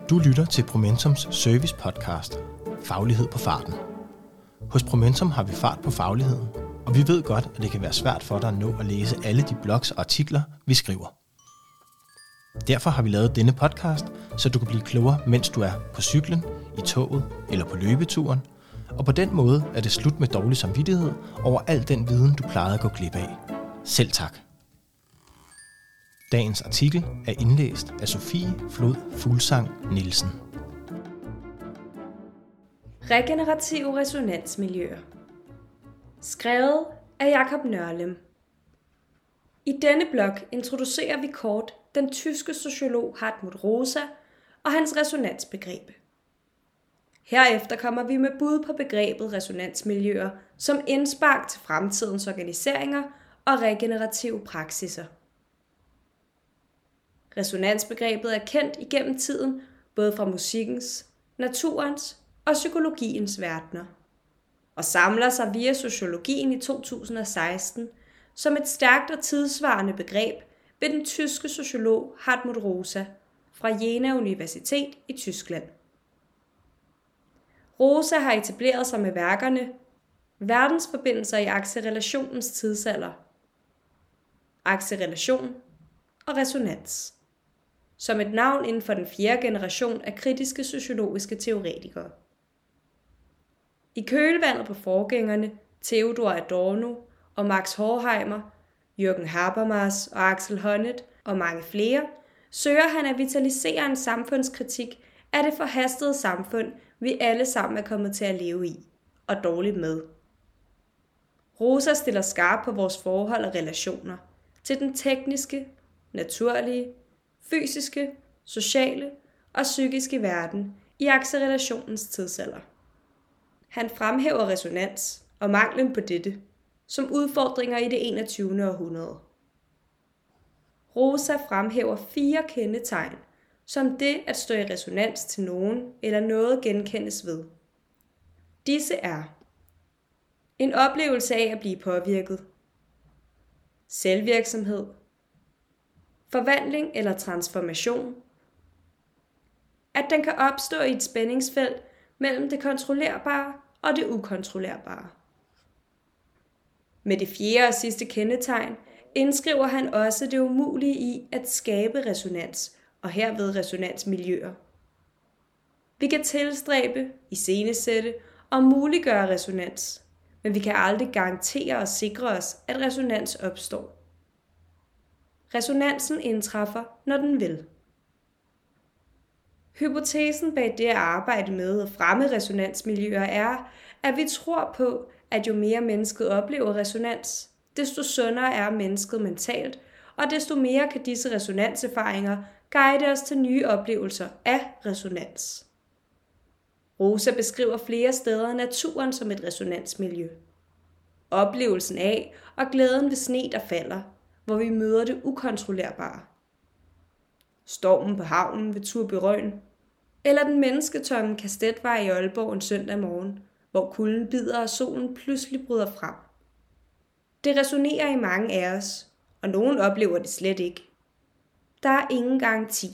Du lytter til Promentums service podcast, Faglighed på farten. Hos Promentum har vi fart på fagligheden, og vi ved godt, at det kan være svært for dig at nå at læse alle de blogs og artikler, vi skriver. Derfor har vi lavet denne podcast, så du kan blive klogere, mens du er på cyklen, i toget eller på løbeturen, og på den måde er det slut med dårlig samvittighed over al den viden, du plejede at gå glip af. Selv tak. Dagens artikel er indlæst af Sofie Flod Fuglsang Nielsen. Regenerative resonansmiljøer. Skrevet af Jakob Nørlem. I denne blog introducerer vi kort den tyske sociolog Hartmut Rosa og hans resonansbegreb. Herefter kommer vi med bud på begrebet resonansmiljøer som indspark til fremtidens organiseringer og regenerative praksiser. Resonansbegrebet er kendt igennem tiden både fra musikkens, naturens og psykologiens verdener, og samler sig via sociologien i 2016 som et stærkt og tidsvarende begreb ved den tyske sociolog Hartmut Rosa fra Jena Universitet i Tyskland. Rosa har etableret sig med værkerne Verdensforbindelser i accelerationens tidsalder, acceleration og resonans, som et navn inden for den fjerde generation af kritiske sociologiske teoretikere. I kølvandet på forgængerne Theodor Adorno og Max Horkheimer, Jürgen Habermas og Axel Honneth og mange flere, søger han at vitalisere en samfundskritik af det forhastede samfund, vi alle sammen er kommet til at leve i, og dårligt med. Rosa stiller skarpt på vores forhold og relationer til den tekniske, naturlige, fysiske, sociale og psykiske verden i accelerationens tidsalder. Han fremhæver resonans og manglen på dette som udfordringer i det 21. århundrede. Rosa fremhæver 4 kendetegn, som det at stå i resonans til nogen eller noget genkendes ved. Disse er en oplevelse af at blive påvirket, selvvirksomhed, forvandling eller transformation, at den kan opstå i et spændingsfelt mellem det kontrollerbare og det ukontrollerbare. Med det 4. og sidste kendetegn indskriver han også det umulige i at skabe resonans, og herved resonansmiljøer. Vi kan tilstræbe, iscenesætte og muliggøre resonans, men vi kan aldrig garantere og sikre os, at resonans opstår. Resonansen indtræffer, når den vil. Hypotesen bag det at arbejde med at fremme resonansmiljøer er, at vi tror på, at jo mere mennesket oplever resonans, desto sundere er mennesket mentalt, og desto mere kan disse resonanserfaringer guide os til nye oplevelser af resonans. Rosa beskriver flere steder naturen som et resonansmiljø. Oplevelsen af og glæden ved sne, der falder, hvor vi møder det ukontrollerbare. Stormen på havnen ved Turbyrøn, eller den mennesketomme Kastetvej i Aalborg en søndag morgen, hvor kulden bider og solen pludselig bryder frem. Det resonerer i mange af os, og nogen oplever det slet ikke. Der er ingen garanti.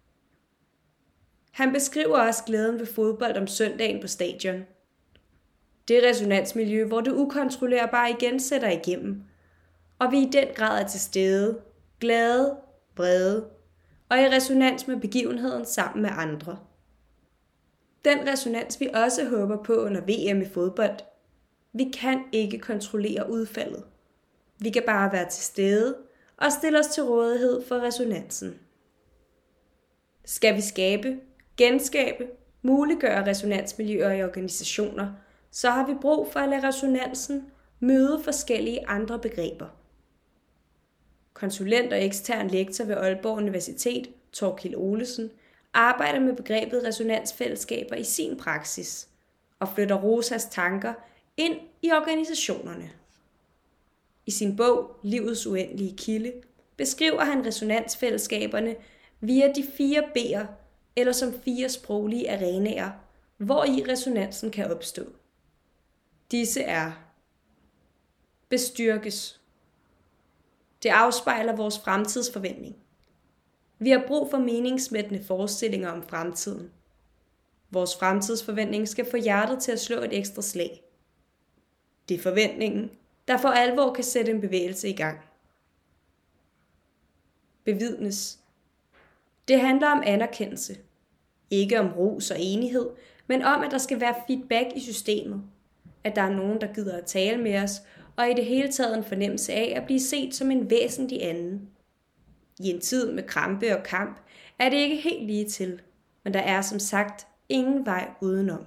Han beskriver også glæden ved fodbold om søndagen på stadion. Det resonansmiljø, hvor det ukontrollerbare igen sætter igennem, og vi i den grad er til stede, glade, brede og i resonans med begivenheden sammen med andre. Den resonans vi også håber på under VM i fodbold. Vi kan ikke kontrollere udfaldet. Vi kan bare være til stede og stille os til rådighed for resonansen. Skal vi skabe, genskabe, muliggøre resonansmiljøer i organisationer, så har vi brug for at lade resonansen møde forskellige andre begreber. Konsulent og ekstern lektor ved Aalborg Universitet, Thorkild Olesen, arbejder med begrebet resonansfællesskaber i sin praksis og flytter Rosas tanker ind i organisationerne. I sin bog Livets uendelige kilde beskriver han resonansfællesskaberne via de 4 B'er eller som 4 sproglige arenaer, hvor i resonansen kan opstå. Disse er bestyrkes. Det afspejler vores fremtidsforventning. Vi har brug for meningsmættende forestillinger om fremtiden. Vores fremtidsforventning skal få hjertet til at slå et ekstra slag. Det er forventningen, der for alvor kan sætte en bevægelse i gang. Bevidnes. Det handler om anerkendelse. Ikke om ros og enighed, men om, at der skal være feedback i systemet. At der er nogen, der gider at tale med os, og i det hele taget en fornemmelse af at blive set som en væsentlig anden. I en tid med krampe og kamp er det ikke helt lige til, men der er som sagt ingen vej udenom.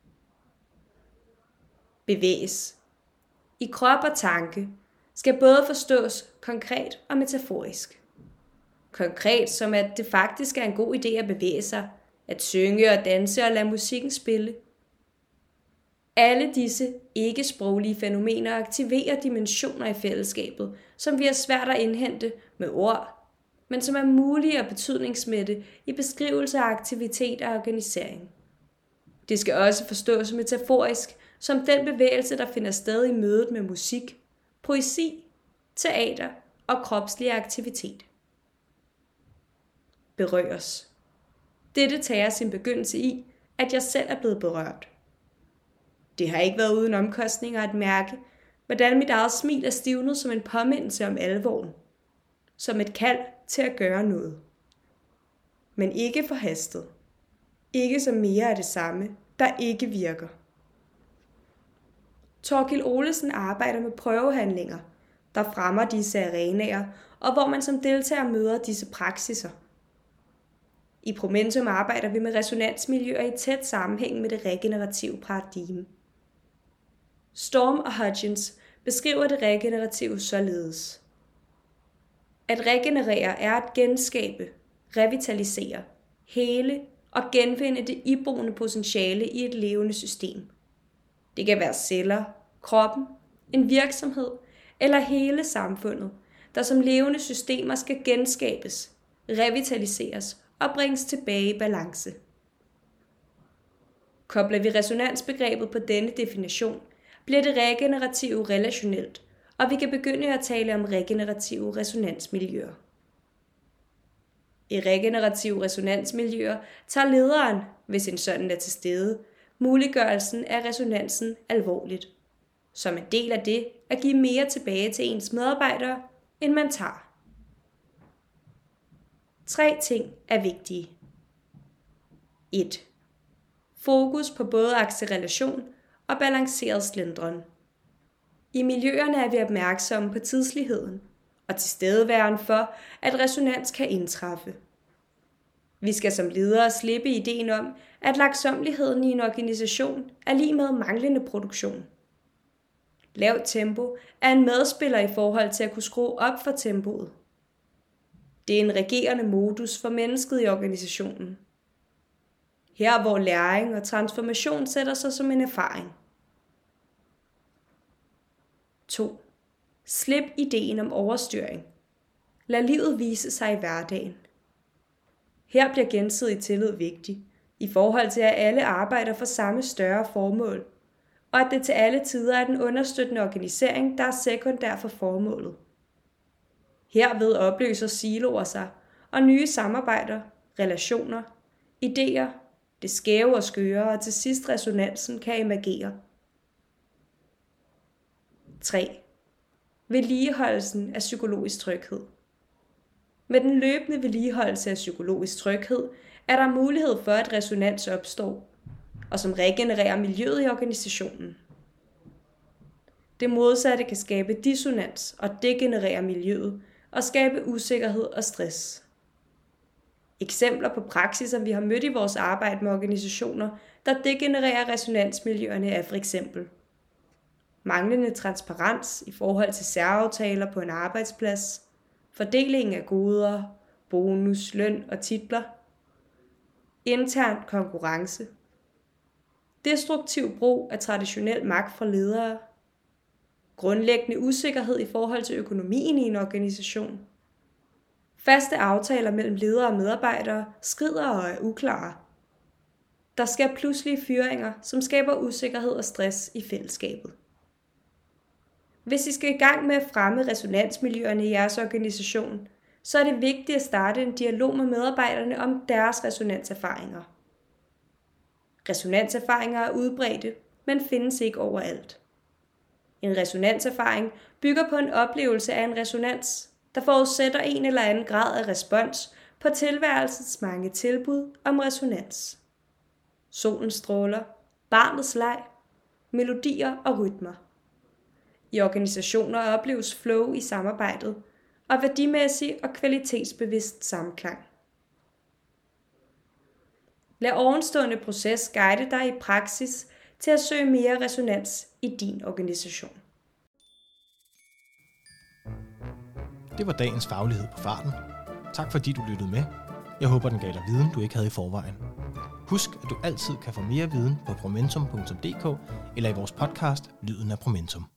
Bevæges. I krop og tanke skal både forstås konkret og metaforisk. Konkret som at det faktisk er en god idé at bevæge sig, at synge og danse og lade musikken spille. Alle disse ikke-sproglige fænomener aktiverer dimensioner i fællesskabet, som vi har svært at indhente med ord, men som er mulige og betydningsmætte i beskrivelse af aktivitet og organisering. Det skal også forstås metaforisk som den bevægelse, der finder sted i mødet med musik, poesi, teater og kropslig aktivitet. Berøres. Dette tager sin begyndelse i, at jeg selv er blevet berørt. Det har ikke været uden omkostninger at mærke, hvordan mit eget smil er stivnet som en påmindelse om alvoren. Som et kald til at gøre noget. Men ikke forhastet. Ikke som mere af det samme, der ikke virker. Thorkild Olesen arbejder med prøvehandlinger, der fremmer disse arenaer, og hvor man som deltager møder disse praksiser. I Promentum arbejder vi med resonansmiljøer i tæt sammenhæng med det regenerative paradigme. Storm og Hudgens beskriver det regenerative således. At regenerere er at genskabe, revitalisere, hele og genfinde det iboende potentiale i et levende system. Det kan være celler, kroppen, en virksomhed eller hele samfundet, der som levende systemer skal genskabes, revitaliseres og bringes tilbage i balance. Kobler vi resonansbegrebet på denne definition, bliver det regenerative relationelt, og vi kan begynde at tale om regenerative resonansmiljøer. I regenerative resonansmiljøer tager lederen, hvis en sådan er til stede, muliggørelsen af resonansen alvorligt, som en del af det at give mere tilbage til ens medarbejdere, end man tager. 3 ting er vigtige. 1. Fokus på både acceleration og balanceret slendren. I miljøerne er vi opmærksomme på tidsligheden og tilstedeværen for, at resonans kan indtræffe. Vi skal som ledere slippe ideen om, at langsommeligheden i en organisation er lig med manglende produktion. Lavt tempo er en medspiller i forhold til at kunne skrue op for tempoet. Det er en regerende modus for mennesket i organisationen. Her hvor læring og transformation sætter sig som en erfaring. 2. Slip ideen om overstyring. Lad livet vise sig i hverdagen. Her bliver gensidig tillid vigtig, i forhold til at alle arbejder for samme større formål, og at det til alle tider er den understøttende organisering, der er sekundær for formålet. Herved opløser siloer sig, og nye samarbejder, relationer, idéer, det skæve og skøre, og til sidst resonansen kan emergere. 3. Vedligeholdelsen af psykologisk tryghed. Med den løbende vedligeholdelse af psykologisk tryghed er der mulighed for, at resonans opstår, og som regenererer miljøet i organisationen. Det modsatte kan skabe dissonans og degenerere miljøet og skabe usikkerhed og stress. Eksempler på praksiser, vi har mødt i vores arbejde med organisationer, der degenererer resonansmiljøerne er f.eks. manglende transparens i forhold til særaftaler på en arbejdsplads, fordeling af goder, bonus, løn og titler, intern konkurrence, destruktiv brug af traditionel magt fra ledere, grundlæggende usikkerhed i forhold til økonomien i en organisation, faste aftaler mellem ledere og medarbejdere skrider og er uklare. Der sker pludselige fyringer, som skaber usikkerhed og stress i fællesskabet. Hvis I skal i gang med at fremme resonansmiljøerne i jeres organisation, så er det vigtigt at starte en dialog med medarbejderne om deres resonanserfaringer. Resonanserfaringer er udbredte, men findes ikke overalt. En resonanserfaring bygger på en oplevelse af en resonans, der forudsætter en eller anden grad af respons på tilværelsens mange tilbud om resonans. Solens stråler, barnets leg, melodier og rytmer. I organisationer opleves flow i samarbejdet og værdimæssig og kvalitetsbevidst samklang. Lad ovenstående proces guide dig i praksis til at søge mere resonans i din organisation. Det var dagens faglighed på farten. Tak fordi du lyttede med. Jeg håber, den gav dig viden, du ikke havde i forvejen. Husk, at du altid kan få mere viden på promentum.dk eller i vores podcast Lyden af Promentum.